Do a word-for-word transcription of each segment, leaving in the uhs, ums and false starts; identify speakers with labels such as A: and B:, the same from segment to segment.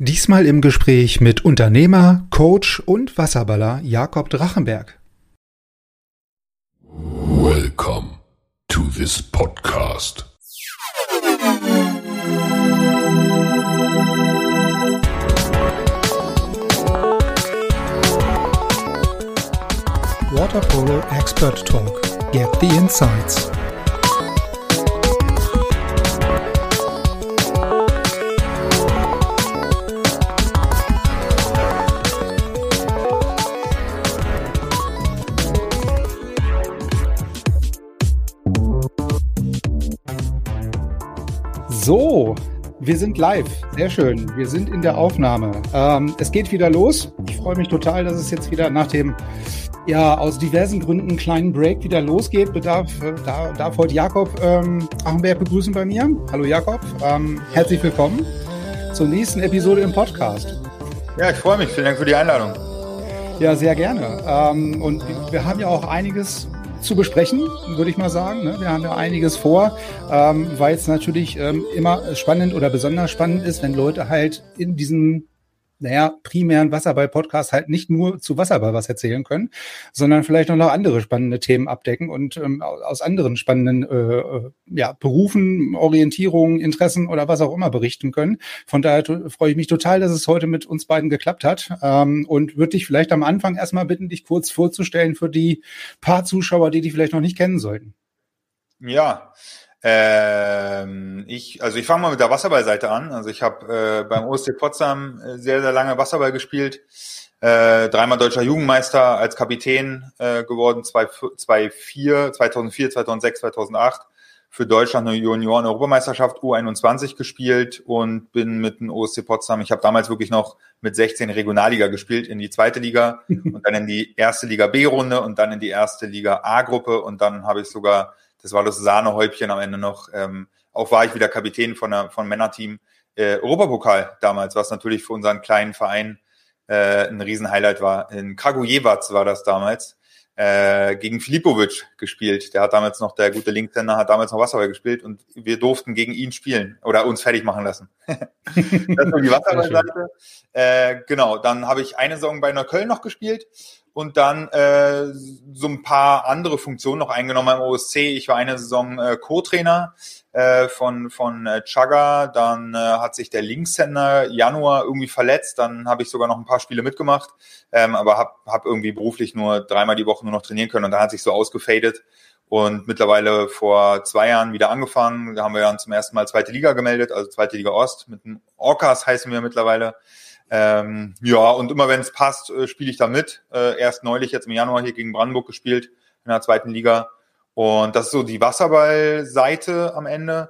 A: Diesmal im Gespräch mit Unternehmer, Coach und Wasserballer Jakob Drachenberg.
B: Welcome to this podcast.
A: Water Polo Expert Talk. Get the insights. So, wir sind live. Sehr schön. Wir sind in der Aufnahme. Ähm, es geht wieder los. Ich freue mich total, dass es jetzt wieder nach dem, ja, aus diversen Gründen kleinen Break wieder losgeht. Bedarf, äh, da, darf heute Jakob ähm, Drachenberg begrüßen bei mir. Hallo Jakob, ähm, herzlich willkommen zur nächsten Episode im Podcast.
C: Ja, ich freue mich. Vielen Dank für die Einladung.
A: Ja, sehr gerne. Ähm, und wir haben ja auch einiges zu besprechen, würde ich mal sagen. Wir haben ja einiges vor, ähm, weil es natürlich ähm, immer spannend oder besonders spannend ist, wenn Leute halt in diesem, naja, primären Wasserball-Podcast halt nicht nur zu Wasserball was erzählen können, sondern vielleicht auch noch andere spannende Themen abdecken und ähm, aus anderen spannenden äh, ja, Berufen, Orientierungen, Interessen oder was auch immer berichten können. Von daher to- freue ich mich total, dass es heute mit uns beiden geklappt hat ähm, und würde dich vielleicht am Anfang erstmal bitten, dich kurz vorzustellen für die paar Zuschauer, die dich vielleicht noch nicht kennen sollten.
C: Ja, ähm, ich, also ich fange mal mit der Wasserballseite an. Also ich habe äh, beim O S C Potsdam äh, sehr, sehr lange Wasserball gespielt. Äh, dreimal deutscher Jugendmeister als Kapitän äh, geworden, zweitausendvier, zweitausendsechs, zweitausendacht. Für Deutschland eine Junioren-Europameisterschaft U einundzwanzig gespielt und bin mit dem O S C Potsdam, ich habe damals wirklich noch mit sechzehn Regionalliga gespielt, in die zweite Liga und dann in die erste Liga B-Runde und dann in die erste Liga A-Gruppe und dann habe ich sogar, das war das Sahnehäubchen am Ende noch, ähm, auch war ich wieder Kapitän von der, von Männerteam, äh, Europapokal damals, was natürlich für unseren kleinen Verein äh, ein Riesenhighlight war. In Kragujevac war das damals. Äh, gegen Filipovic gespielt. Der hat damals noch, der gute Linkshänder hat damals noch Wasserball gespielt und wir durften gegen ihn spielen oder uns fertig machen lassen. Das war die Wasserballseite. Äh, genau, dann habe ich eine Saison bei Neukölln noch gespielt und dann äh, so ein paar andere Funktionen noch eingenommen beim O S C. Ich war eine Saison äh, Co-Trainer äh, von von äh, Chaga, dann äh, hat sich der Linkshänder Januar irgendwie verletzt, dann habe ich sogar noch ein paar Spiele mitgemacht, ähm, aber habe hab irgendwie beruflich nur dreimal die Woche nur noch trainieren können und dann hat sich so ausgefadet und mittlerweile vor zwei Jahren wieder angefangen. Da haben wir dann zum ersten Mal zweite Liga gemeldet, also zweite Liga Ost, mit dem Orcas heißen wir mittlerweile. Ähm, ja, und immer wenn es passt, äh, spiele ich da mit. Äh, erst neulich, jetzt im Januar hier gegen Brandenburg gespielt, in der zweiten Liga. Und das ist so die Wasserballseite am Ende.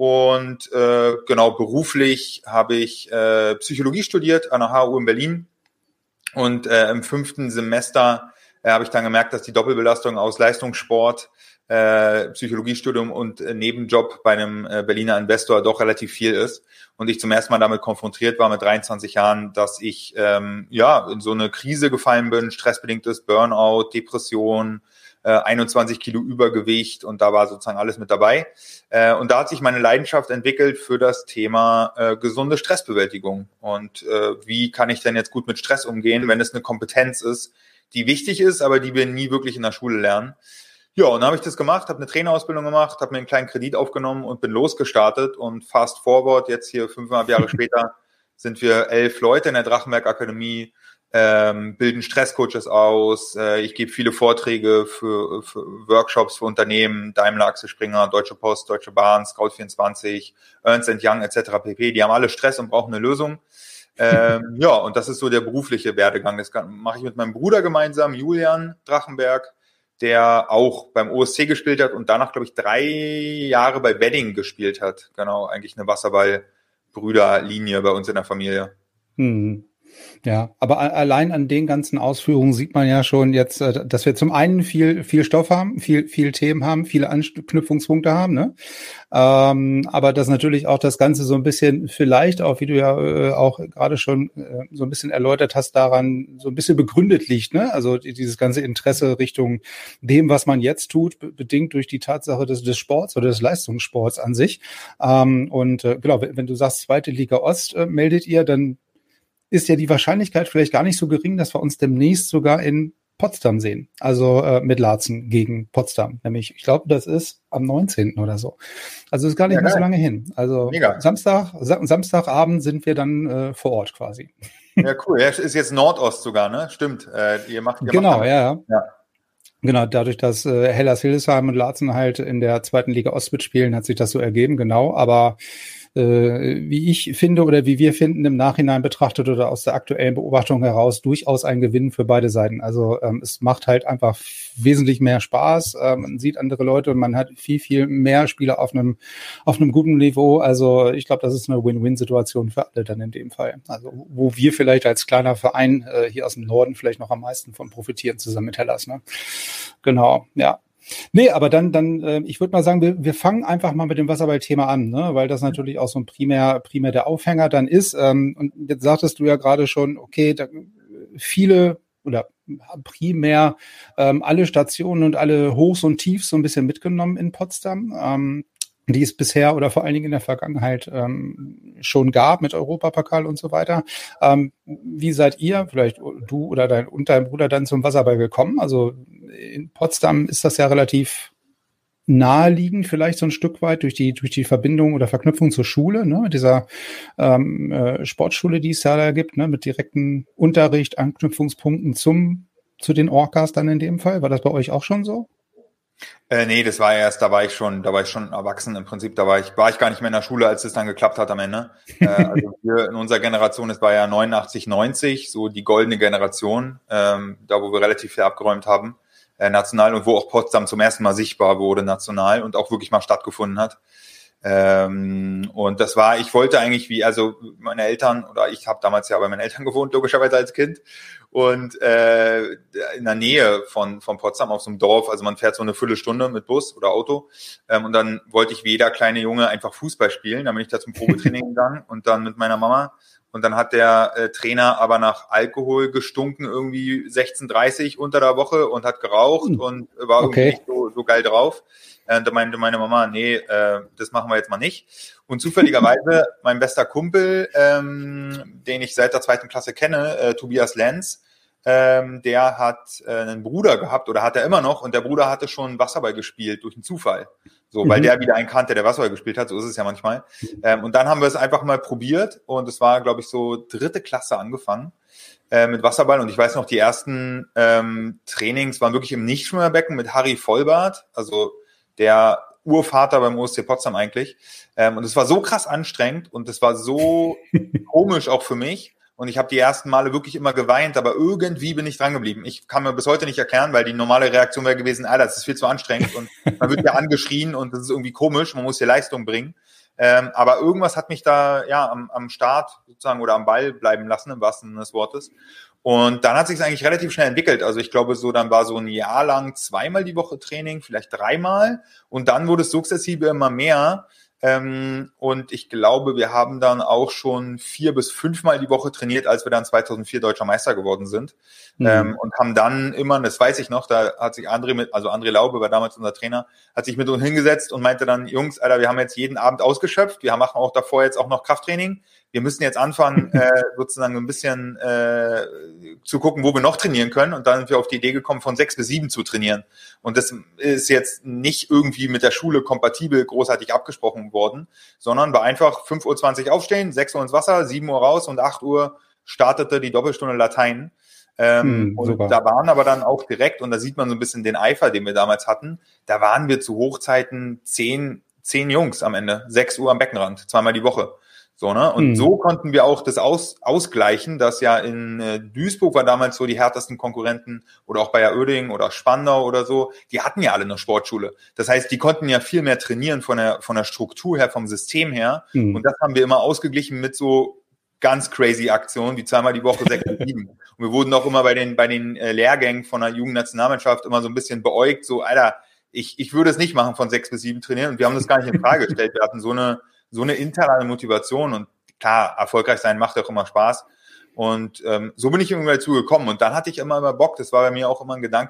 C: Und äh, genau, beruflich habe ich äh, Psychologie studiert an der H U in Berlin. Und äh, im fünften Semester äh, habe ich dann gemerkt, dass die Doppelbelastung aus Leistungssport, äh, Psychologiestudium und äh, Nebenjob bei einem äh, Berliner Investor doch relativ viel ist. Und ich zum ersten Mal damit konfrontiert war mit dreiundzwanzig Jahren, dass ich ähm, ja in so eine Krise gefallen bin, stressbedingtes Burnout, Depression, äh, einundzwanzig Kilo Übergewicht und da war sozusagen alles mit dabei. Äh, und da hat sich meine Leidenschaft entwickelt für das Thema äh, gesunde Stressbewältigung. Und äh, wie kann ich denn jetzt gut mit Stress umgehen, wenn es eine Kompetenz ist, die wichtig ist, aber die wir nie wirklich in der Schule lernen. Ja, und dann habe ich das gemacht, habe eine Trainerausbildung gemacht, habe mir einen kleinen Kredit aufgenommen und bin losgestartet. Und fast forward, jetzt hier fünfeinhalb Jahre später, sind wir elf Leute in der Drachenberg Akademie, ähm, bilden Stresscoaches aus. Äh, ich gebe viele Vorträge für, für Workshops für Unternehmen, Daimler, Axel Springer, Deutsche Post, Deutsche Bahn, Scout vierundzwanzig, Ernst and Young et cetera pp. Die haben alle Stress und brauchen eine Lösung. ähm, ja, und das ist so der berufliche Werdegang. Das mache ich mit meinem Bruder gemeinsam, Julian Drachenberg, der auch beim O S C gespielt hat und danach, glaube ich, drei Jahre bei Wedding gespielt hat. Genau, eigentlich eine Wasserball-Brüderlinie bei uns in der Familie.
A: Hm. Ja, aber allein an den ganzen Ausführungen sieht man ja schon jetzt, dass wir zum einen viel viel Stoff haben, viel viel Themen haben, viele Anknüpfungspunkte haben, ne? Ähm, aber dass natürlich auch das Ganze so ein bisschen vielleicht auch, wie du ja äh, auch gerade schon äh, so ein bisschen erläutert hast, daran so ein bisschen begründet liegt, ne? Also die, dieses ganze Interesse Richtung dem, was man jetzt tut, be- bedingt durch die Tatsache des, des Sports oder des Leistungssports an sich. Ähm, und äh, genau, wenn, wenn du sagst, zweite Liga Ost äh, meldet ihr, dann ist ja die Wahrscheinlichkeit vielleicht gar nicht so gering, dass wir uns demnächst sogar in Potsdam sehen. Also äh, mit Laatzen gegen Potsdam. Nämlich, ich glaube, das ist am neunzehnten oder so. Also ist gar nicht ja, mehr geil. so lange hin. Also Mega. Samstag, Sa- Samstagabend sind wir dann äh, vor Ort quasi.
C: Ja, cool. Ja, ist jetzt Nordost sogar, ne? Stimmt. Äh, ihr macht, ihr
A: genau,
C: macht
A: ja. ja. Genau, dadurch, dass äh, Hellas Hildesheim und Laatzen halt in der zweiten Liga Ost mitspielen, hat sich das so ergeben, genau. Aber äh, wie ich finde oder wie wir finden, im Nachhinein betrachtet oder aus der aktuellen Beobachtung heraus, durchaus ein Gewinn für beide Seiten. Also ähm, es macht halt einfach wesentlich mehr Spaß. Äh, man sieht andere Leute und man hat viel, viel mehr Spieler auf einem auf einem guten Niveau. Also ich glaube, das ist eine Win-Win-Situation für alle dann in dem Fall. Also wo wir vielleicht als kleiner Verein äh, hier aus dem Norden vielleicht noch am meisten von profitieren, zusammen mit Hellas, ne? Genau, ja. Nee, aber dann, dann, äh, ich würde mal sagen, wir, wir fangen einfach mal mit dem Wasserball-Thema an, ne? Weil das natürlich auch so ein primär, primär der Aufhänger dann ist. Ähm, und jetzt sagtest du ja gerade schon, okay, da, viele oder primär ähm, alle Stationen und alle Hochs und Tiefs so ein bisschen mitgenommen in Potsdam. Ähm, die es bisher oder vor allen Dingen in der Vergangenheit ähm, schon gab mit Europapokal und so weiter. Ähm, wie seid ihr, vielleicht du oder dein und dein Bruder, dann zum Wasserball gekommen? Also in Potsdam ist das ja relativ naheliegend, vielleicht so ein Stück weit durch die durch die Verbindung oder Verknüpfung zur Schule, ne, mit dieser ähm, äh, Sportschule, die es ja da gibt, ne, mit direkten Unterricht, Anknüpfungspunkten zum zu den Orcas dann in dem Fall. War das bei euch auch schon so?
C: Äh, nee, das war erst, da war ich schon, da war ich schon erwachsen im Prinzip, da war ich, war ich gar nicht mehr in der Schule, als es dann geklappt hat am Ende. Äh, also wir in unserer Generation, es war ja neunundachtzig, neunzig, so die goldene Generation, ähm, da wo wir relativ viel abgeräumt haben, äh, national und wo auch Potsdam zum ersten Mal sichtbar wurde national und auch wirklich mal stattgefunden hat. Ähm, und das war, ich wollte eigentlich wie, also meine Eltern, oder ich habe damals ja bei meinen Eltern gewohnt, logischerweise als Kind, und äh, in der Nähe von von Potsdam auf so einem Dorf, also man fährt so eine Viertelstunde mit Bus oder Auto, ähm, und dann wollte ich wie jeder kleine Junge einfach Fußball spielen, dann bin ich da zum Probetraining gegangen und dann mit meiner Mama, und dann hat der äh, Trainer aber nach Alkohol gestunken, irgendwie sechzehn Uhr dreißig unter der Woche und hat geraucht und war okay. irgendwie nicht so, so geil drauf. Und da meinte meine Mama, nee, äh, das machen wir jetzt mal nicht. Und zufälligerweise mein bester Kumpel, ähm, den ich seit der zweiten Klasse kenne, äh, Tobias Lenz, ähm, der hat äh, einen Bruder gehabt oder hat er immer noch, und der Bruder hatte schon Wasserball gespielt durch einen Zufall. So, weil mhm. der wieder einen kannte, der Wasserball gespielt hat, so ist es ja manchmal. Ähm, und dann haben wir es einfach mal probiert und es war, glaube ich, so dritte Klasse angefangen äh, mit Wasserball. Und ich weiß noch, die ersten ähm, Trainings waren wirklich im Nichtschwimmerbecken mit Harry Vollbart, also der Urvater beim O S C Potsdam eigentlich. Ähm, und es war so krass anstrengend und es war so komisch auch für mich. Und ich habe die ersten Male wirklich immer geweint, aber irgendwie bin ich dran geblieben. Ich kann mir bis heute nicht erklären, weil die normale Reaktion wäre gewesen, Alter, das ist viel zu anstrengend und man wird ja angeschrien und das ist irgendwie komisch, man muss hier Leistung bringen. Ähm, aber irgendwas hat mich da ja am, am Start sozusagen oder am Ball bleiben lassen, im wahrsten Sinne des Wortes. Und dann hat sich es eigentlich relativ schnell entwickelt. Also ich glaube, so dann war so ein Jahr lang zweimal die Woche Training, vielleicht dreimal. Und dann wurde es sukzessive immer mehr. Ähm, und ich glaube, wir haben dann auch schon vier bis fünfmal die Woche trainiert, als wir dann zweitausendvier Deutscher Meister geworden sind. Mhm. Ähm, und haben dann immer, das weiß ich noch, da hat sich André mit, also André Laube war damals unser Trainer, hat sich mit uns hingesetzt und meinte dann, Jungs, Alter, wir haben jetzt jeden Abend ausgeschöpft, wir machen auch davor jetzt auch noch Krafttraining. Wir müssen jetzt anfangen, äh, sozusagen ein bisschen äh, zu gucken, wo wir noch trainieren können. Und dann sind wir auf die Idee gekommen, von sechs bis sieben zu trainieren. Und das ist jetzt nicht irgendwie mit der Schule kompatibel großartig abgesprochen worden, sondern war einfach fünf Uhr zwanzig aufstehen, sechs Uhr ins Wasser, sieben Uhr raus und acht Uhr startete die Doppelstunde Latein. Ähm, hm, und da waren aber dann auch direkt, und da sieht man so ein bisschen den Eifer, den wir damals hatten, da waren wir zu Hochzeiten zehn, zehn Jungs am Ende, sechs Uhr am Beckenrand, zweimal die Woche. So, ne? Und hm. so konnten wir auch das aus, ausgleichen, dass ja in äh, Duisburg war damals so die härtesten Konkurrenten oder auch Bayer Oerding oder Spandau oder so, die hatten ja alle eine Sportschule. Das heißt, die konnten ja viel mehr trainieren von der, von der Struktur her, vom System her. Hm. Und das haben wir immer ausgeglichen mit so ganz crazy Aktionen, wie zweimal die Woche sechs bis sieben. Und wir wurden auch immer bei den, bei den äh, Lehrgängen von der Jugendnationalmannschaft immer so ein bisschen beäugt, so, Alter, ich, ich würde es nicht machen, von sechs bis sieben trainieren. Und wir haben das gar nicht in Frage gestellt. Wir hatten so eine, so eine interne Motivation, und klar, erfolgreich sein macht auch immer Spaß. Und ähm, so bin ich irgendwie dazu gekommen. Und dann hatte ich immer immer Bock, das war bei mir auch immer ein Gedanke,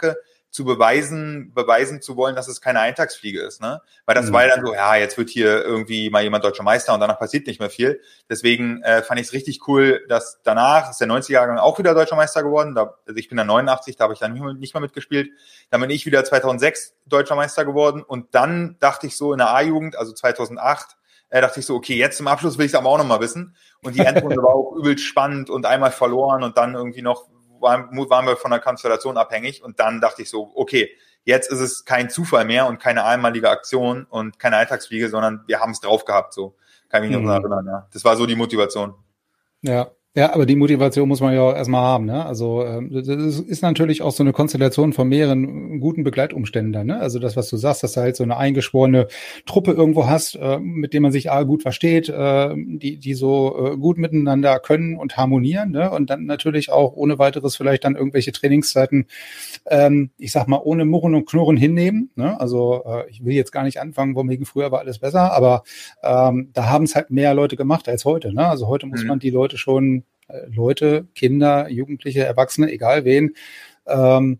C: zu beweisen, beweisen zu wollen, dass es keine Eintagsfliege ist, ne? Weil das mhm. war ja dann so, ja, jetzt wird hier irgendwie mal jemand deutscher Meister und danach passiert nicht mehr viel. Deswegen äh, fand ich es richtig cool, dass danach ist der neunziger-Jahrgang auch wieder deutscher Meister geworden. Da, also ich bin dann neunundachtzig, da habe ich dann nicht mehr, nicht mehr mitgespielt. Dann bin ich wieder zweitausendsechs deutscher Meister geworden und dann dachte ich so in der A-Jugend, also zweitausendacht, äh, dachte ich so, okay, jetzt zum Abschluss will ich es aber auch nochmal wissen. Und die Endrunde war auch übelst spannend und einmal verloren und dann irgendwie noch waren, waren wir von der Konstellation abhängig und dann dachte ich so, okay, jetzt ist es kein Zufall mehr und keine einmalige Aktion und keine Alltagsfliege, sondern wir haben es drauf gehabt, so. Kann ich mich noch mhm. erinnern, ja. Das war so die Motivation.
A: Ja. Ja, aber die Motivation muss man ja auch erstmal haben, ne? Also ähm, das ist natürlich auch so eine Konstellation von mehreren guten Begleitumständen da, ne? Also das, was du sagst, dass du halt so eine eingeschworene Truppe irgendwo hast, äh, mit dem man sich A gut versteht, äh, die die so äh, gut miteinander können und harmonieren, ne? Und dann natürlich auch ohne weiteres vielleicht dann irgendwelche Trainingszeiten, ähm, ich sag mal, ohne Murren und Knurren hinnehmen, ne? Also äh, ich will jetzt gar nicht anfangen, womit früher war alles besser, aber ähm, da haben es halt mehr Leute gemacht als heute, ne? Also heute muss mhm. man die Leute schon Leute, Kinder, Jugendliche, Erwachsene, egal wen, ähm,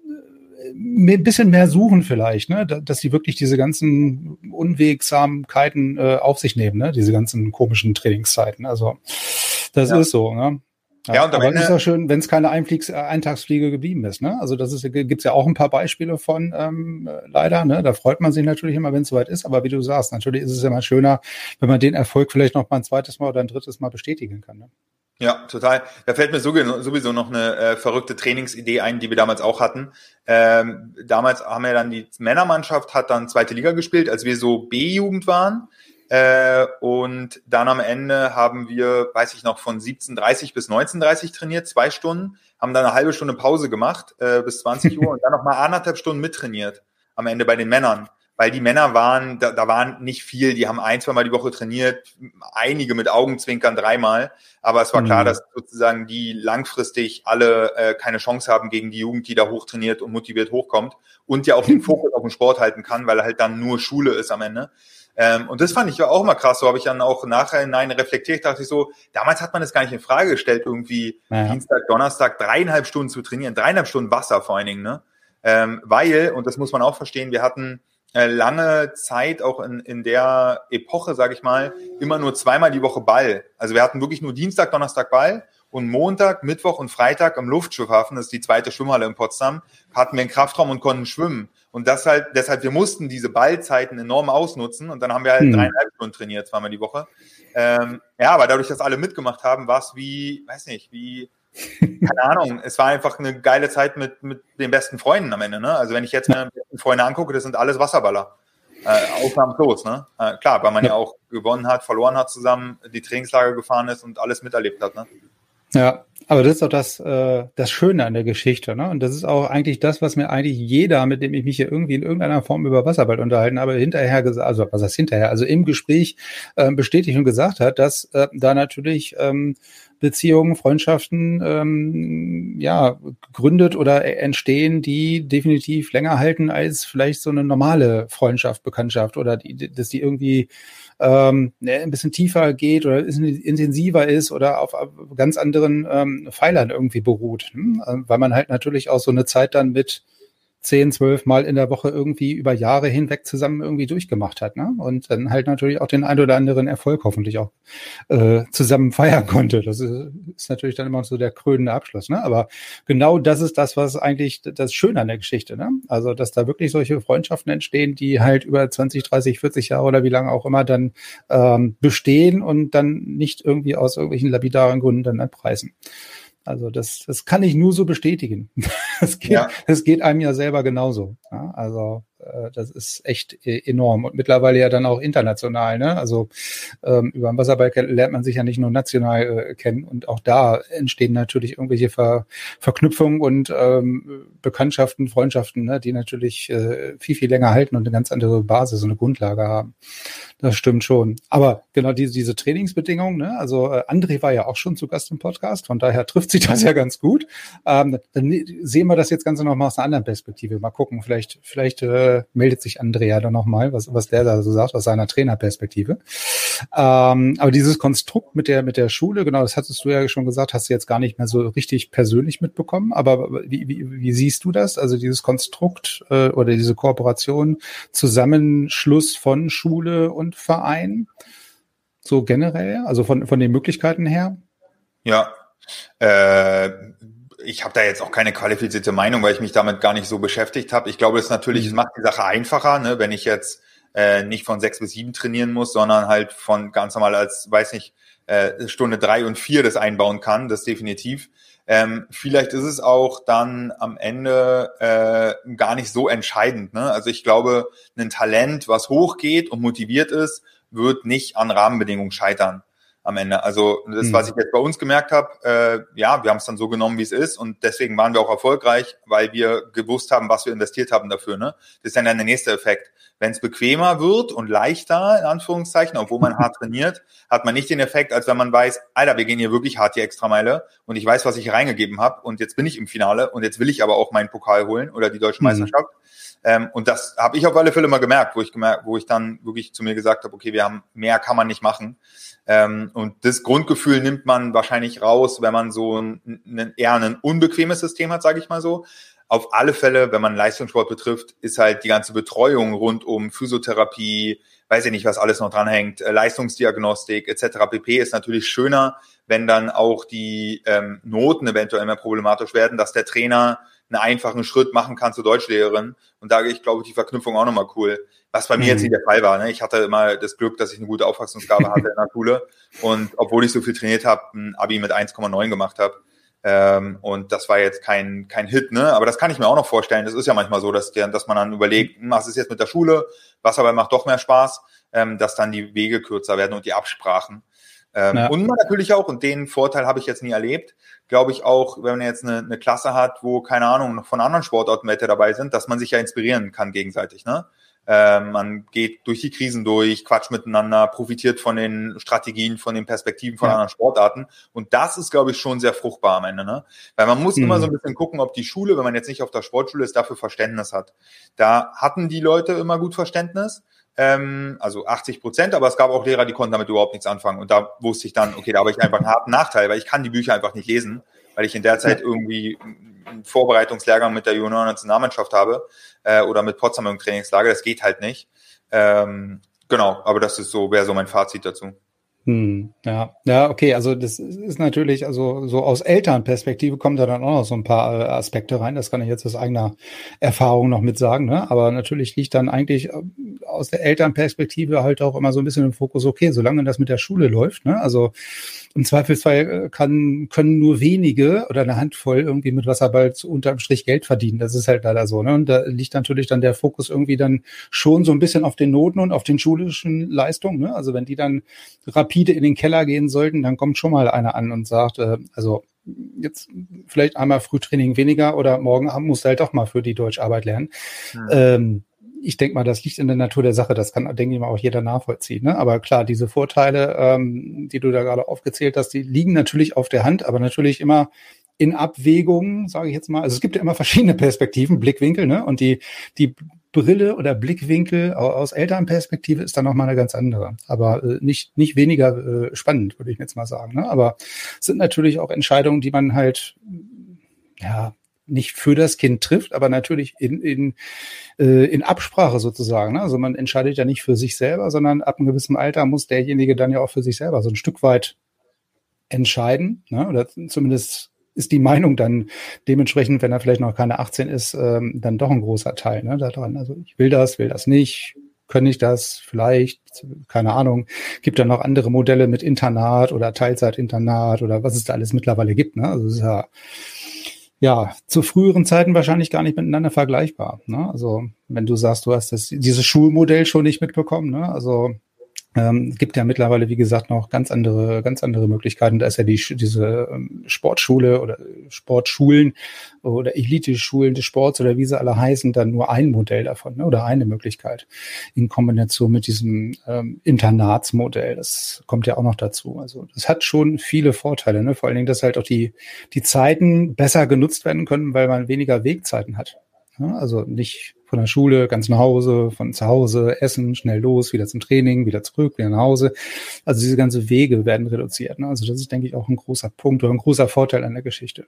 A: ein bisschen mehr suchen vielleicht, ne, dass sie wirklich diese ganzen Unwegsamkeiten äh, auf sich nehmen, ne, diese ganzen komischen Trainingszeiten. Also das ja. ist so, ne. Ja, ja, und aber es ist ja schön, wenn es keine Einfliegs- Eintagsfliege geblieben ist, ne? Also das ist, gibt's ja auch ein paar Beispiele von, ähm, leider, ne? Da freut man sich natürlich immer, wenn es soweit ist. Aber wie du sagst, natürlich ist es ja mal schöner, wenn man den Erfolg vielleicht noch mal ein zweites Mal oder ein drittes Mal bestätigen kann, ne?
C: Ja, total. Da fällt mir sowieso noch eine äh, verrückte Trainingsidee ein, die wir damals auch hatten. Ähm, damals haben wir dann die Männermannschaft hat dann zweite Liga gespielt, als wir so B-Jugend waren. Äh, und dann am Ende haben wir, weiß ich noch, von siebzehn Uhr dreißig bis neunzehn Uhr dreißig trainiert, zwei Stunden, haben dann eine halbe Stunde Pause gemacht äh, bis zwanzig Uhr und dann noch mal anderthalb Stunden mittrainiert am Ende bei den Männern. Weil die Männer waren, da, da waren nicht viel, die haben ein, zwei Mal die Woche trainiert, einige mit Augenzwinkern dreimal, aber es war mhm. klar, dass sozusagen die langfristig alle äh, keine Chance haben gegen die Jugend, die da hochtrainiert und motiviert hochkommt und ja auch den Fokus auf den Sport halten kann, weil er halt dann nur Schule ist am Ende. Ähm, und das fand ich auch immer krass, so habe ich dann auch nachher nein reflektiert, dachte ich so, damals hat man das gar nicht in Frage gestellt, irgendwie ja. Dienstag, Donnerstag dreieinhalb Stunden zu trainieren, dreieinhalb Stunden Wasser vor allen Dingen, ne? Ähm, weil, und das muss man auch verstehen, wir hatten lange Zeit auch in, in der Epoche, sage ich mal, immer nur zweimal die Woche Ball. Also wir hatten wirklich nur Dienstag, Donnerstag Ball und Montag, Mittwoch und Freitag am Luftschiffhafen, das ist die zweite Schwimmhalle in Potsdam, hatten wir einen Kraftraum und konnten schwimmen. Und das halt, deshalb, wir mussten diese Ballzeiten enorm ausnutzen und dann haben wir halt hm. dreieinhalb Stunden trainiert, zweimal die Woche. Ähm, ja, aber dadurch, dass alle mitgemacht haben, war es wie, weiß nicht, wie, keine Ahnung, es war einfach eine geile Zeit mit mit den besten Freunden am Ende, ne? Also wenn ich jetzt meine besten Freunde angucke, das sind alles Wasserballer. Äh, ausnahmslos, ne? Äh, klar, weil man ja auch gewonnen hat, verloren hat zusammen, die Trainingslager gefahren ist und alles miterlebt hat, ne?
A: Ja, aber das ist doch das, äh, das Schöne an der Geschichte, ne? Und das ist auch eigentlich das, was mir eigentlich jeder, mit dem ich mich hier irgendwie in irgendeiner Form über Wasserball unterhalten habe, hinterher gesagt, also was heißt hinterher, also im Gespräch äh, bestätigt und gesagt hat, dass äh, da natürlich ähm, Beziehungen, Freundschaften, ähm, ja, gegründet oder entstehen, die definitiv länger halten als vielleicht so eine normale Freundschaft, Bekanntschaft oder die, dass die irgendwie ähm, ein bisschen tiefer geht oder intensiver ist oder auf ganz anderen ähm, Pfeilern irgendwie beruht, hm? Weil man halt natürlich auch so eine Zeit dann mit zehn, zwölf Mal in der Woche irgendwie über Jahre hinweg zusammen irgendwie durchgemacht hat, ne? Und dann halt natürlich auch den ein oder anderen Erfolg hoffentlich auch äh, zusammen feiern konnte. Das ist, ist natürlich dann immer so der krönende Abschluss, ne? Aber genau das ist das, was eigentlich das Schöne an der Geschichte, ne? Also, dass da wirklich solche Freundschaften entstehen, die halt über zwanzig, dreißig, vierzig Jahre oder wie lange auch immer dann ähm, bestehen und dann nicht irgendwie aus irgendwelchen lapidaren Gründen dann abreißen. Also das, das kann ich nur so bestätigen. Das geht, ja. das geht einem ja selber genauso. Ja, also äh, das ist echt äh, enorm und mittlerweile ja dann auch international. Ne? Also ähm, über den Wasserball lernt man sich ja nicht nur national äh, kennen und auch da entstehen natürlich irgendwelche Ver, Verknüpfungen und ähm, Bekanntschaften, Freundschaften, ne? Die natürlich äh, viel viel länger halten und eine ganz andere Basis und eine Grundlage haben. Das stimmt schon. Aber genau diese, diese Trainingsbedingungen, ne? Also äh, André war ja auch schon zu Gast im Podcast, von daher trifft sich das ja ganz gut. Ähm, dann sehen wir das jetzt Ganze noch mal aus einer anderen Perspektive. Mal gucken, vielleicht vielleicht äh, äh, meldet sich Andrea dann nochmal, was, was der da so sagt aus seiner Trainerperspektive. Ähm, aber dieses Konstrukt mit der mit der Schule, genau, das hattest du ja schon gesagt, hast du jetzt gar nicht mehr so richtig persönlich mitbekommen. Aber wie, wie, wie siehst du das? Also dieses Konstrukt äh, oder diese Kooperation, Zusammenschluss von Schule und Verein, so generell, also von von den Möglichkeiten her?
C: Ja, äh, ich habe da jetzt auch keine qualifizierte Meinung, weil ich mich damit gar nicht so beschäftigt habe. Ich glaube, es natürlich, es macht die Sache einfacher, ne, wenn ich jetzt äh, nicht von sechs bis sieben trainieren muss, sondern halt von ganz normal als, weiß nicht, äh, Stunde drei und vier das einbauen kann, das definitiv. Ähm, vielleicht ist es auch dann am Ende äh, gar nicht so entscheidend, ne? Also ich glaube, ein Talent, was hochgeht und motiviert ist, wird nicht an Rahmenbedingungen scheitern am Ende. Also das, was ich jetzt bei uns gemerkt habe, äh, ja, wir haben es dann so genommen, wie es ist, und deswegen waren wir auch erfolgreich, weil wir gewusst haben, was wir investiert haben dafür. Ne? Das ist dann der nächste Effekt. Wenn es bequemer wird und leichter, in Anführungszeichen, obwohl man hart trainiert, hat man nicht den Effekt, als wenn man weiß, Alter, wir gehen hier wirklich hart die Extrameile und ich weiß, was ich reingegeben habe und jetzt bin ich im Finale und jetzt will ich aber auch meinen Pokal holen oder die deutsche Meisterschaft. Mhm. Ähm, und das habe ich auf alle Fälle mal gemerkt, wo ich gemerkt, wo ich dann wirklich zu mir gesagt habe, okay, wir haben mehr, kann man nicht machen. Ähm, und das Grundgefühl nimmt man wahrscheinlich raus, wenn man so ein, ein eher ein unbequemes System hat, sage ich mal so. Auf alle Fälle, wenn man Leistungssport betrifft, ist halt die ganze Betreuung rund um Physiotherapie, weiß ich nicht, was alles noch dranhängt, Leistungsdiagnostik et cetera pp. Ist natürlich schöner, wenn dann auch die ähm, Noten eventuell mehr problematisch werden, dass der Trainer einen einfachen Schritt machen kann zur Deutschlehrerin. Und da, ich glaube, die Verknüpfung auch nochmal cool. Was bei mir mhm. jetzt nicht der Fall war. Ne? Ich hatte immer das Glück, dass ich eine gute Auffassungsgabe hatte in der Schule. Und obwohl ich so viel trainiert habe, ein Abi mit eins Komma neun gemacht habe. Ähm, und das war jetzt kein kein Hit, ne? Aber das kann ich mir auch noch vorstellen. Das ist ja manchmal so, dass, der, dass man dann überlegt, was ist jetzt mit der Schule? Wasserball macht doch mehr Spaß. Ähm, dass dann die Wege kürzer werden und die Absprachen. Ähm, ja. Und man natürlich auch, und den Vorteil habe ich jetzt nie erlebt, glaube ich auch, wenn man jetzt eine, eine Klasse hat, wo, keine Ahnung, von anderen Sportarten Leute dabei sind, dass man sich ja inspirieren kann gegenseitig, ne? Ähm, man geht durch die Krisen durch, quatscht miteinander, profitiert von den Strategien, von den Perspektiven von ja. anderen Sportarten. Und das ist, glaube ich, schon sehr fruchtbar am Ende, ne? Weil man muss mhm. immer so ein bisschen gucken, ob die Schule, wenn man jetzt nicht auf der Sportschule ist, dafür Verständnis hat. Da hatten die Leute immer gut Verständnis. Ähm, also achtzig Prozent, aber es gab auch Lehrer, die konnten damit überhaupt nichts anfangen. Und da wusste ich dann, okay, da habe ich einfach einen harten Nachteil, weil ich kann die Bücher einfach nicht lesen, weil ich in der Zeit irgendwie einen Vorbereitungslehrgang mit der Junioren-Nationalmannschaft habe äh, oder mit Potsdam im Trainingslager. Das geht halt nicht. Ähm, genau, aber das ist so, wäre so mein Fazit dazu.
A: Hm, ja, ja, okay, also das ist natürlich, also so aus Elternperspektive kommen da dann auch noch so ein paar äh, Aspekte rein, das kann ich jetzt aus eigener Erfahrung noch mit sagen, ne? Aber natürlich liegt dann eigentlich aus der Elternperspektive halt auch immer so ein bisschen im Fokus, okay, solange das mit der Schule läuft, ne? Also im Zweifelsfall kann, können nur wenige oder eine Handvoll irgendwie mit Wasserball zu, unterm Strich Geld verdienen. Das ist halt leider so, ne? Und da liegt natürlich dann der Fokus irgendwie dann schon so ein bisschen auf den Noten und auf den schulischen Leistungen, ne? Also wenn die dann rapide in den Keller gehen sollten, dann kommt schon mal einer an und sagt, äh, also jetzt vielleicht einmal Frühtraining weniger oder morgen Abend musst du halt doch mal für die Deutscharbeit lernen. Hm. Ähm, Ich denke mal, das liegt in der Natur der Sache. Das kann, denke ich mal, auch jeder nachvollziehen. Ne? Aber klar, diese Vorteile, ähm, die du da gerade aufgezählt hast, die liegen natürlich auf der Hand, aber natürlich immer in Abwägung, sage ich jetzt mal. Also es gibt ja immer verschiedene Perspektiven, Blickwinkel, ne? Und die die Brille oder Blickwinkel aus Elternperspektive ist dann nochmal eine ganz andere. Aber äh, nicht nicht weniger äh, spannend, würde ich jetzt mal sagen. Ne? Aber es sind natürlich auch Entscheidungen, die man halt, ja, nicht für das Kind trifft, aber natürlich in in äh, in Absprache sozusagen. Ne? Also man entscheidet ja nicht für sich selber, sondern ab einem gewissen Alter muss derjenige dann ja auch für sich selber so ein Stück weit entscheiden. Ne? Oder zumindest ist die Meinung dann dementsprechend, wenn er vielleicht noch keine achtzehn ist, ähm, dann doch ein großer Teil, ne, daran. Also ich will das, will das nicht, kann ich das vielleicht, keine Ahnung. Gibt ja noch andere Modelle mit Internat oder Teilzeitinternat oder was es da alles mittlerweile gibt. Ne? Also es ist ja Ja, zu früheren Zeiten wahrscheinlich gar nicht miteinander vergleichbar. Ne? Also wenn du sagst, du hast das, dieses Schulmodell schon nicht mitbekommen, ne? Also ähm, gibt ja mittlerweile, wie gesagt, noch ganz andere, ganz andere Möglichkeiten. Da ist ja die diese ähm, Sportschule oder Sportschulen oder Elite-Schulen des Sports oder wie sie alle heißen, dann nur ein Modell davon, ne? Oder eine Möglichkeit in Kombination mit diesem ähm, Internatsmodell. Das kommt ja auch noch dazu. Also das hat schon viele Vorteile, ne? Vor allen Dingen, dass halt auch die die Zeiten besser genutzt werden können, weil man weniger Wegzeiten hat. Ja? Also nicht Von der Schule ganz nach Hause, von zu Hause, Essen, schnell los, wieder zum Training, wieder zurück, wieder nach Hause. Also diese ganzen Wege werden reduziert. Ne? Also das ist, denke ich, auch ein großer Punkt oder ein großer Vorteil an der Geschichte.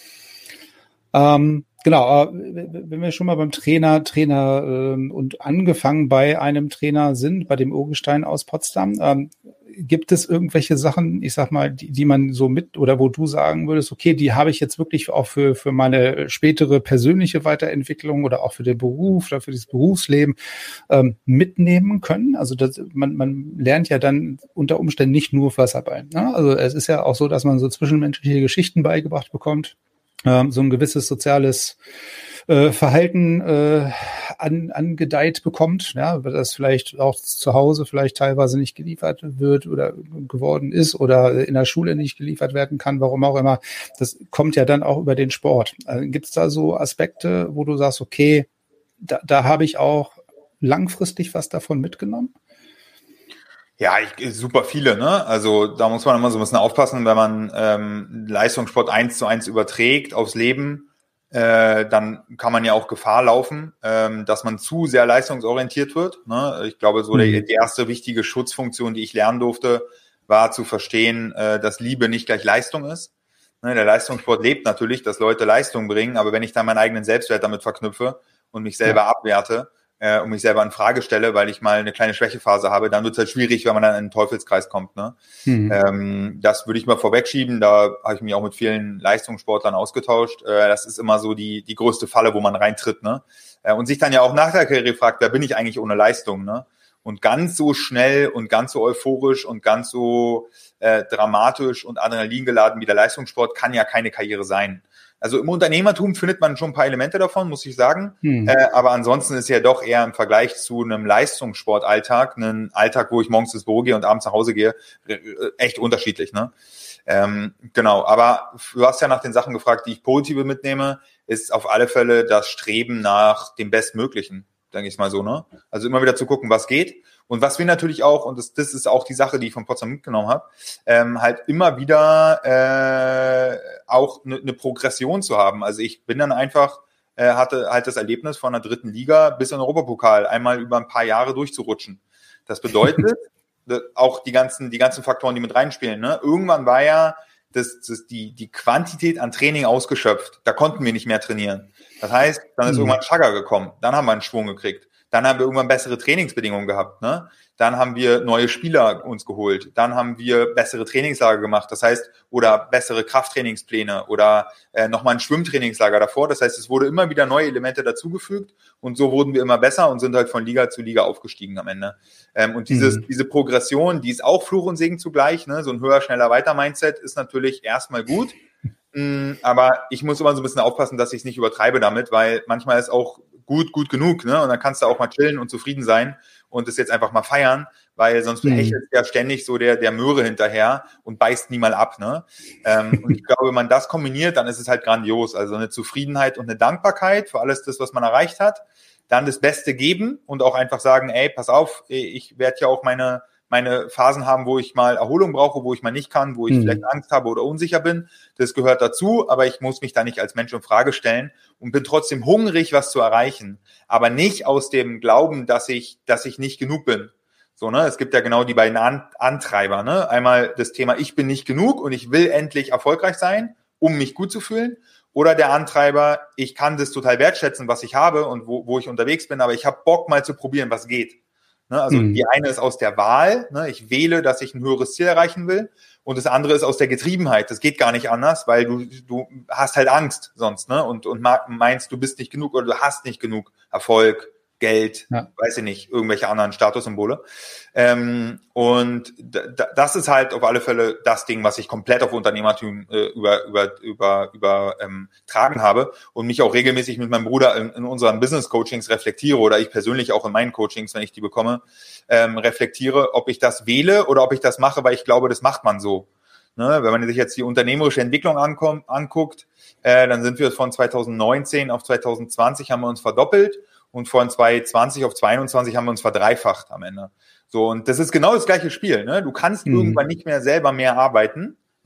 A: Ähm, genau, wenn wir schon mal beim Trainer, Trainer ähm, und angefangen bei einem Trainer sind, bei dem Urgestein aus Potsdam, ähm, gibt es irgendwelche Sachen, ich sag mal, die, die man so mit oder wo du sagen würdest, okay, die habe ich jetzt wirklich auch für, für meine spätere persönliche Weiterentwicklung oder auch für den Beruf oder für das Berufsleben ähm, mitnehmen können? Also das, man, man lernt ja dann unter Umständen nicht nur Wasserball. Ne? Also es ist ja auch so, dass man so zwischenmenschliche Geschichten beigebracht bekommt, ähm, so ein gewisses soziales äh, Verhalten äh, an, angedeiht bekommt, ja, das vielleicht auch zu Hause vielleicht teilweise nicht geliefert wird oder geworden ist oder in der Schule nicht geliefert werden kann, warum auch immer. Das kommt ja dann auch über den Sport. Also, gibt es da so Aspekte, wo du sagst, okay, da, da habe ich auch langfristig was davon mitgenommen?
C: Ja, ich, super viele, ne? Also da muss man immer so ein bisschen aufpassen, wenn man ähm, Leistungssport eins zu eins überträgt aufs Leben, äh, dann kann man ja auch Gefahr laufen, ähm, dass man zu sehr leistungsorientiert wird. Ne? Ich glaube, so mhm. die, die erste wichtige Schutzfunktion, die ich lernen durfte, war zu verstehen, äh, dass Liebe nicht gleich Leistung ist. Ne? Der Leistungssport lebt natürlich, dass Leute Leistung bringen, aber wenn ich dann meinen eigenen Selbstwert damit verknüpfe und mich selber ja. abwerte, Äh, und mich selber in Frage stelle, weil ich mal eine kleine Schwächephase habe, dann wird es halt schwierig, wenn man dann in einen Teufelskreis kommt. Ne? Mhm. Ähm, das würde ich mal vorwegschieben. Da habe ich mich auch mit vielen Leistungssportlern ausgetauscht. Äh, das ist immer so die die größte Falle, wo man reintritt. Ne? Äh, und sich dann ja auch nach der Karriere fragt, wer bin ich eigentlich ohne Leistung? Ne? Und ganz so schnell und ganz so euphorisch und ganz so äh, dramatisch und adrenalingeladen wie der Leistungssport kann ja keine Karriere sein. Also im Unternehmertum findet man schon ein paar Elemente davon, muss ich sagen. Hm. Äh, aber ansonsten ist ja doch eher im Vergleich zu einem Leistungssportalltag, ein Alltag, wo ich morgens ins Büro gehe und abends nach Hause gehe, echt unterschiedlich. Ne? Ähm, genau, aber du hast ja nach den Sachen gefragt, die ich positiv mitnehme, ist auf alle Fälle das Streben nach dem Bestmöglichen, denke ich mal so. Ne? Also immer wieder zu gucken, was geht. Und was wir natürlich auch, und das, das ist auch die Sache, die ich von Potsdam mitgenommen habe, ähm, halt immer wieder äh, auch eine ne Progression zu haben. Also ich bin dann einfach, äh, hatte halt das Erlebnis von der dritten Liga bis in den Europapokal einmal über ein paar Jahre durchzurutschen. Das bedeutet, auch die ganzen, die ganzen Faktoren, die mit reinspielen. Ne? Irgendwann war ja das, das, die, die Quantität an Training ausgeschöpft. Da konnten wir nicht mehr trainieren. Das heißt, dann ist mhm. irgendwann Schagger gekommen. Dann haben wir einen Schwung gekriegt. Dann haben wir irgendwann bessere Trainingsbedingungen gehabt, ne? Dann haben wir neue Spieler uns geholt. Dann haben wir bessere Trainingslager gemacht. Das heißt, oder bessere Krafttrainingspläne oder äh, nochmal ein Schwimmtrainingslager davor. Das heißt, es wurde immer wieder neue Elemente dazugefügt und so wurden wir immer besser und sind halt von Liga zu Liga aufgestiegen am Ende. Ähm, und dieses, mhm. diese Progression, die ist auch Fluch und Segen zugleich, ne? So ein höher, schneller, weiter Mindset ist natürlich erstmal gut. Mhm, aber ich muss immer so ein bisschen aufpassen, dass ich es nicht übertreibe damit, weil manchmal ist auch gut, gut genug, ne? Und dann kannst du auch mal chillen und zufrieden sein und es jetzt einfach mal feiern, weil sonst mhm. hechelt ja ständig so der, der Möhre hinterher und beißt nie mal ab, ne? Ähm, und ich glaube, wenn man das kombiniert, dann ist es halt grandios. Also eine Zufriedenheit und eine Dankbarkeit für alles das, was man erreicht hat. Dann das Beste geben und auch einfach sagen, ey, pass auf, ich werde ja auch meine meine Phasen haben, wo ich mal Erholung brauche, wo ich mal nicht kann, wo ich mhm. vielleicht Angst habe oder unsicher bin. Das gehört dazu, aber ich muss mich da nicht als Mensch in Frage stellen und bin trotzdem hungrig, was zu erreichen. Aber nicht aus dem Glauben, dass ich, dass ich nicht genug bin. So, ne? Es gibt ja genau die beiden An- Antreiber, ne? Einmal das Thema, ich bin nicht genug und ich will endlich erfolgreich sein, um mich gut zu fühlen. Oder der Antreiber, ich kann das total wertschätzen, was ich habe und wo, wo ich unterwegs bin, aber ich habe Bock mal zu probieren, was geht. Ne, also mhm. die eine ist aus der Wahl, ne, ich wähle, dass ich ein höheres Ziel erreichen will, und das andere ist aus der Getriebenheit. Das geht gar nicht anders, weil du du hast halt Angst sonst, ne, und und meinst, du bist nicht genug oder du hast nicht genug Erfolg, Geld, ja. weiß ich nicht, irgendwelche anderen Statussymbole. Ähm, und d- das ist halt auf alle Fälle das Ding, was ich komplett auf Unternehmertum äh, über über über über ähm, tragen habe und mich auch regelmäßig mit meinem Bruder in, in unseren Business Coachings reflektiere oder ich persönlich auch in meinen Coachings, wenn ich die bekomme, ähm, reflektiere, ob ich das wähle oder ob ich das mache, weil ich glaube, das macht man so. Ne, wenn man sich jetzt die unternehmerische Entwicklung ankommt, anguckt, äh, dann sind wir von zwanzig neunzehn auf zwanzig zwanzig haben wir uns verdoppelt. Und von zwanzig zwanzig auf zwanzig einundzwanzig haben wir uns verdreifacht am Ende. So, und das ist genau das gleiche Spiel. Ne? Du kannst mhm. irgendwann nicht mehr selber mehr arbeiten.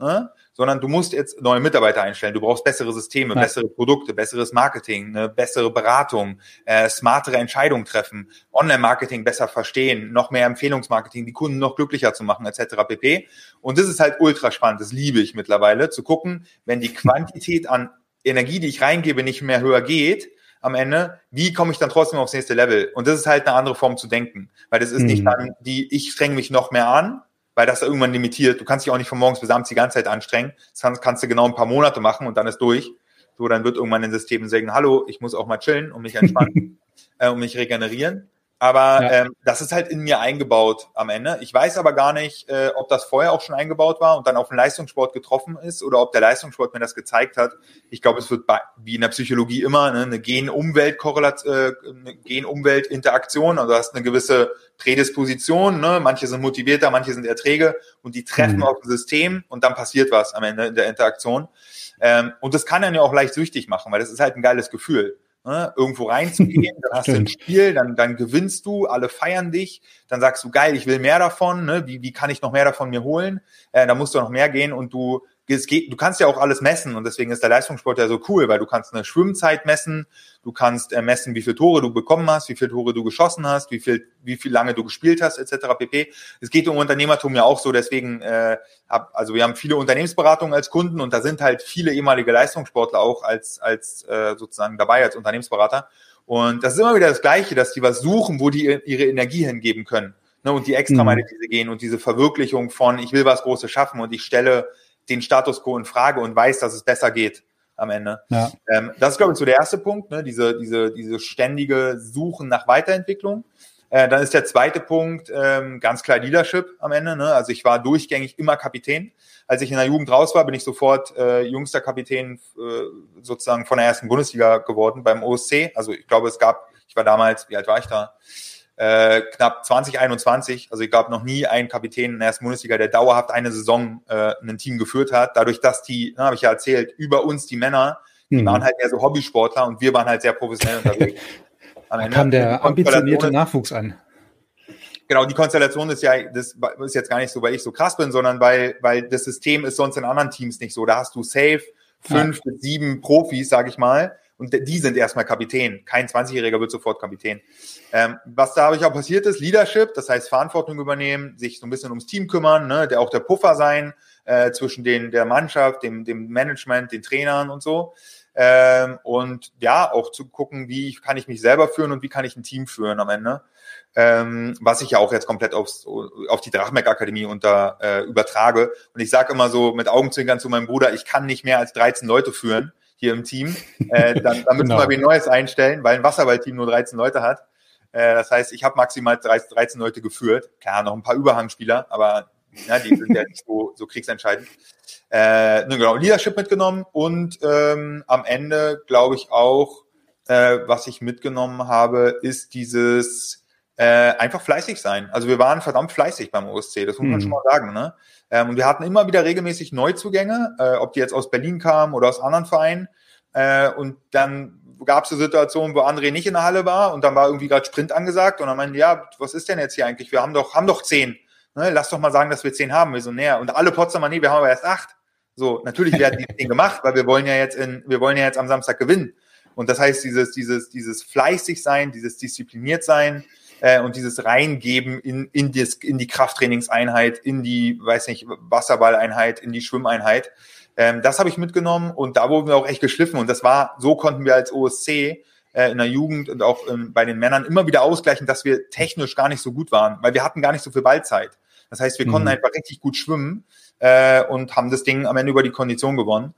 C: ne? Sondern du musst jetzt neue Mitarbeiter einstellen. Du brauchst bessere Systeme, ja. bessere Produkte, besseres Marketing, eine bessere Beratung, äh, smartere Entscheidungen treffen, Online-Marketing besser verstehen, noch mehr Empfehlungsmarketing, die Kunden noch glücklicher zu machen, et cetera pp. Und das ist halt ultra spannend. Das liebe ich mittlerweile, zu gucken, wenn die Quantität an Energie, die ich reingebe, nicht mehr höher geht, am Ende, wie komme ich dann trotzdem aufs nächste Level? Und das ist halt eine andere Form zu denken, weil das ist mhm. nicht dann die, ich strenge mich noch mehr an, weil das irgendwann limitiert. Du kannst dich auch nicht von morgens bis abends die ganze Zeit anstrengen. Das kannst, kannst du genau ein paar Monate machen und dann ist durch. So, dann wird irgendwann ein System sagen, hallo, ich muss auch mal chillen und mich entspannen äh, und mich regenerieren. Aber ja. ähm, das ist halt in mir eingebaut am Ende. Ich weiß aber gar nicht, äh, ob das vorher auch schon eingebaut war und dann auf den Leistungssport getroffen ist oder ob der Leistungssport mir das gezeigt hat. Ich glaube, es wird bei, wie in der Psychologie immer, ne, eine Gen-Umwelt-Korrelation, äh, eine Gen-Umwelt-Interaktion. Also du hast eine gewisse Prädisposition. Ne? Manche sind motivierter, manche sind eher träge und die treffen mhm. auf ein System und dann passiert was am Ende in der Interaktion. Ähm, und das kann dann ja auch leicht süchtig machen, weil das ist halt ein geiles Gefühl. Ne, irgendwo reinzugehen, dann hast du ein Spiel, dann, dann gewinnst du, alle feiern dich, dann sagst du, geil, ich will mehr davon, ne, wie, wie kann ich noch mehr davon mir holen, äh, da musst du noch mehr gehen und du, es geht, du kannst ja auch alles messen und deswegen ist der Leistungssport ja so cool, weil du kannst eine Schwimmzeit messen, du kannst äh, messen, wie viele Tore du bekommen hast, wie viele Tore du geschossen hast, wie viel, wie viel lange du gespielt hast, et cetera pp. Es geht um Unternehmertum ja auch so, deswegen, äh, hab, also wir haben viele Unternehmensberatungen als Kunden und da sind halt viele ehemalige Leistungssportler auch als, als äh, sozusagen dabei als Unternehmensberater und das ist immer wieder das Gleiche, dass die was suchen, wo die ihre Energie hingeben können, ne, und die Extrameile, die sie gehen und diese Verwirklichung von, ich will was Großes schaffen und ich stelle den Status quo in Frage und weiß, dass es besser geht am Ende. Ja. Ähm, das ist, glaube ich, so der erste Punkt, ne? diese, diese, diese ständige Suchen nach Weiterentwicklung. Äh, dann ist der zweite Punkt ähm, ganz klar Leadership am Ende. Ne? Also ich war durchgängig immer Kapitän. Als ich in der Jugend raus war, bin ich sofort äh, jüngster Kapitän äh, sozusagen von der ersten Bundesliga geworden beim O S C. Also ich glaube, es gab, ich war damals, wie alt war ich da? Äh, knapp zwanzig einundzwanzig, also ich gab noch nie einen Kapitän in der ersten Bundesliga, der dauerhaft eine Saison äh, ein Team geführt hat. Dadurch, dass die, habe ich ja erzählt, über uns die Männer, die mhm. waren halt eher so Hobbysportler und wir waren halt sehr professionell unterwegs.
A: Am Ende kam der ambitionierte Nachwuchs an.
C: Genau, die Konstellation ist ja, das ist jetzt gar nicht so, weil ich so krass bin, sondern weil, weil das System ist sonst in anderen Teams nicht so. Da hast du safe fünf ja. bis sieben Profis, sage ich mal, und die sind erstmal Kapitän. Kein zwanzigjähriger wird sofort Kapitän. Ähm, was da ich auch passiert ist, Leadership, das heißt Verantwortung übernehmen, sich so ein bisschen ums Team kümmern, ne, der auch der Puffer sein äh, zwischen den der Mannschaft, dem dem Management, den Trainern und so. Ähm, und ja, auch zu gucken, wie kann ich mich selber führen und wie kann ich ein Team führen am Ende. Ähm, was ich ja auch jetzt komplett aufs, auf die Drachmeck-Akademie unter äh, übertrage. Und ich sage immer so mit Augenzwinkern zu meinem Bruder, ich kann nicht mehr als dreizehn Leute führen hier im Team. Äh, dann, dann müssen genau. wir ein Neues einstellen, weil ein Wasserballteam nur dreizehn Leute hat. Äh, das heißt, ich habe maximal dreizehn Leute geführt. Klar, noch ein paar Überhangspieler, aber ja, die sind ja nicht so, so kriegsentscheidend. Äh, ne, genau, Leadership mitgenommen und ähm, am Ende glaube ich auch, äh, was ich mitgenommen habe, ist dieses äh, einfach fleißig sein. Also wir waren verdammt fleißig beim O S C, das muss man mhm. schon mal sagen. Ne? Ähm, und wir hatten immer wieder regelmäßig Neuzugänge, äh, ob die jetzt aus Berlin kamen oder aus anderen Vereinen. Äh, und dann gab es so Situationen, wo André nicht in der Halle war und dann war irgendwie gerade Sprint angesagt und dann meinen, ja, was ist denn jetzt hier eigentlich? Wir haben doch, haben doch zehn. Ne? Lass doch mal sagen, dass wir zehn haben. Wir so näher. Und alle Potsdamer, nee, wir haben aber erst acht. So, natürlich werden die zehn gemacht, weil wir wollen ja jetzt in, wir wollen ja jetzt am Samstag gewinnen. Und das heißt, dieses, dieses, dieses fleißig sein, dieses diszipliniert sein, äh, und dieses Reingeben in, in die, in die Krafttrainingseinheit, in die, weiß nicht, Wasserballeinheit, in die Schwimmeinheit. Ähm, das habe ich mitgenommen und da wurden wir auch echt geschliffen und das war, so konnten wir als O S C äh, in der Jugend und auch ähm, bei den Männern immer wieder ausgleichen, dass wir technisch gar nicht so gut waren, weil wir hatten gar nicht so viel Ballzeit. Das heißt, wir mhm. konnten einfach richtig gut schwimmen äh, und haben das Ding am Ende über die Kondition gewonnen.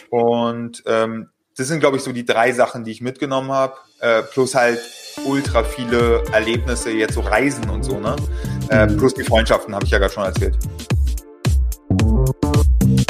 C: Und ähm, das sind, glaube ich, so die drei Sachen, die ich mitgenommen habe, äh, plus halt ultra viele Erlebnisse, jetzt so Reisen und so, ne? Äh, plus die Freundschaften, habe ich ja gerade schon erzählt.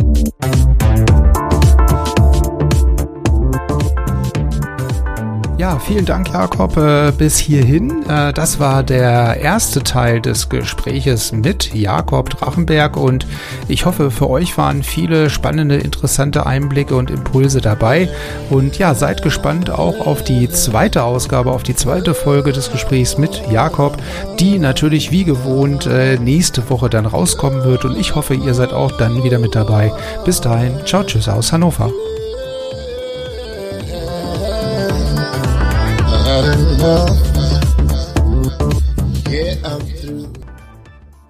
A: Ja, Ja, vielen Dank, Jakob, äh, bis hierhin. Äh, das war der erste Teil des Gespräches mit Jakob Drachenberg und ich hoffe, für euch waren viele spannende, interessante Einblicke und Impulse dabei. Und ja, seid gespannt auch auf die zweite Ausgabe, auf die zweite Folge des Gesprächs mit Jakob, die natürlich wie gewohnt äh, nächste Woche dann rauskommen wird und ich hoffe, ihr seid auch dann wieder mit dabei. Bis dahin, ciao, tschüss aus Hannover.
D: Love.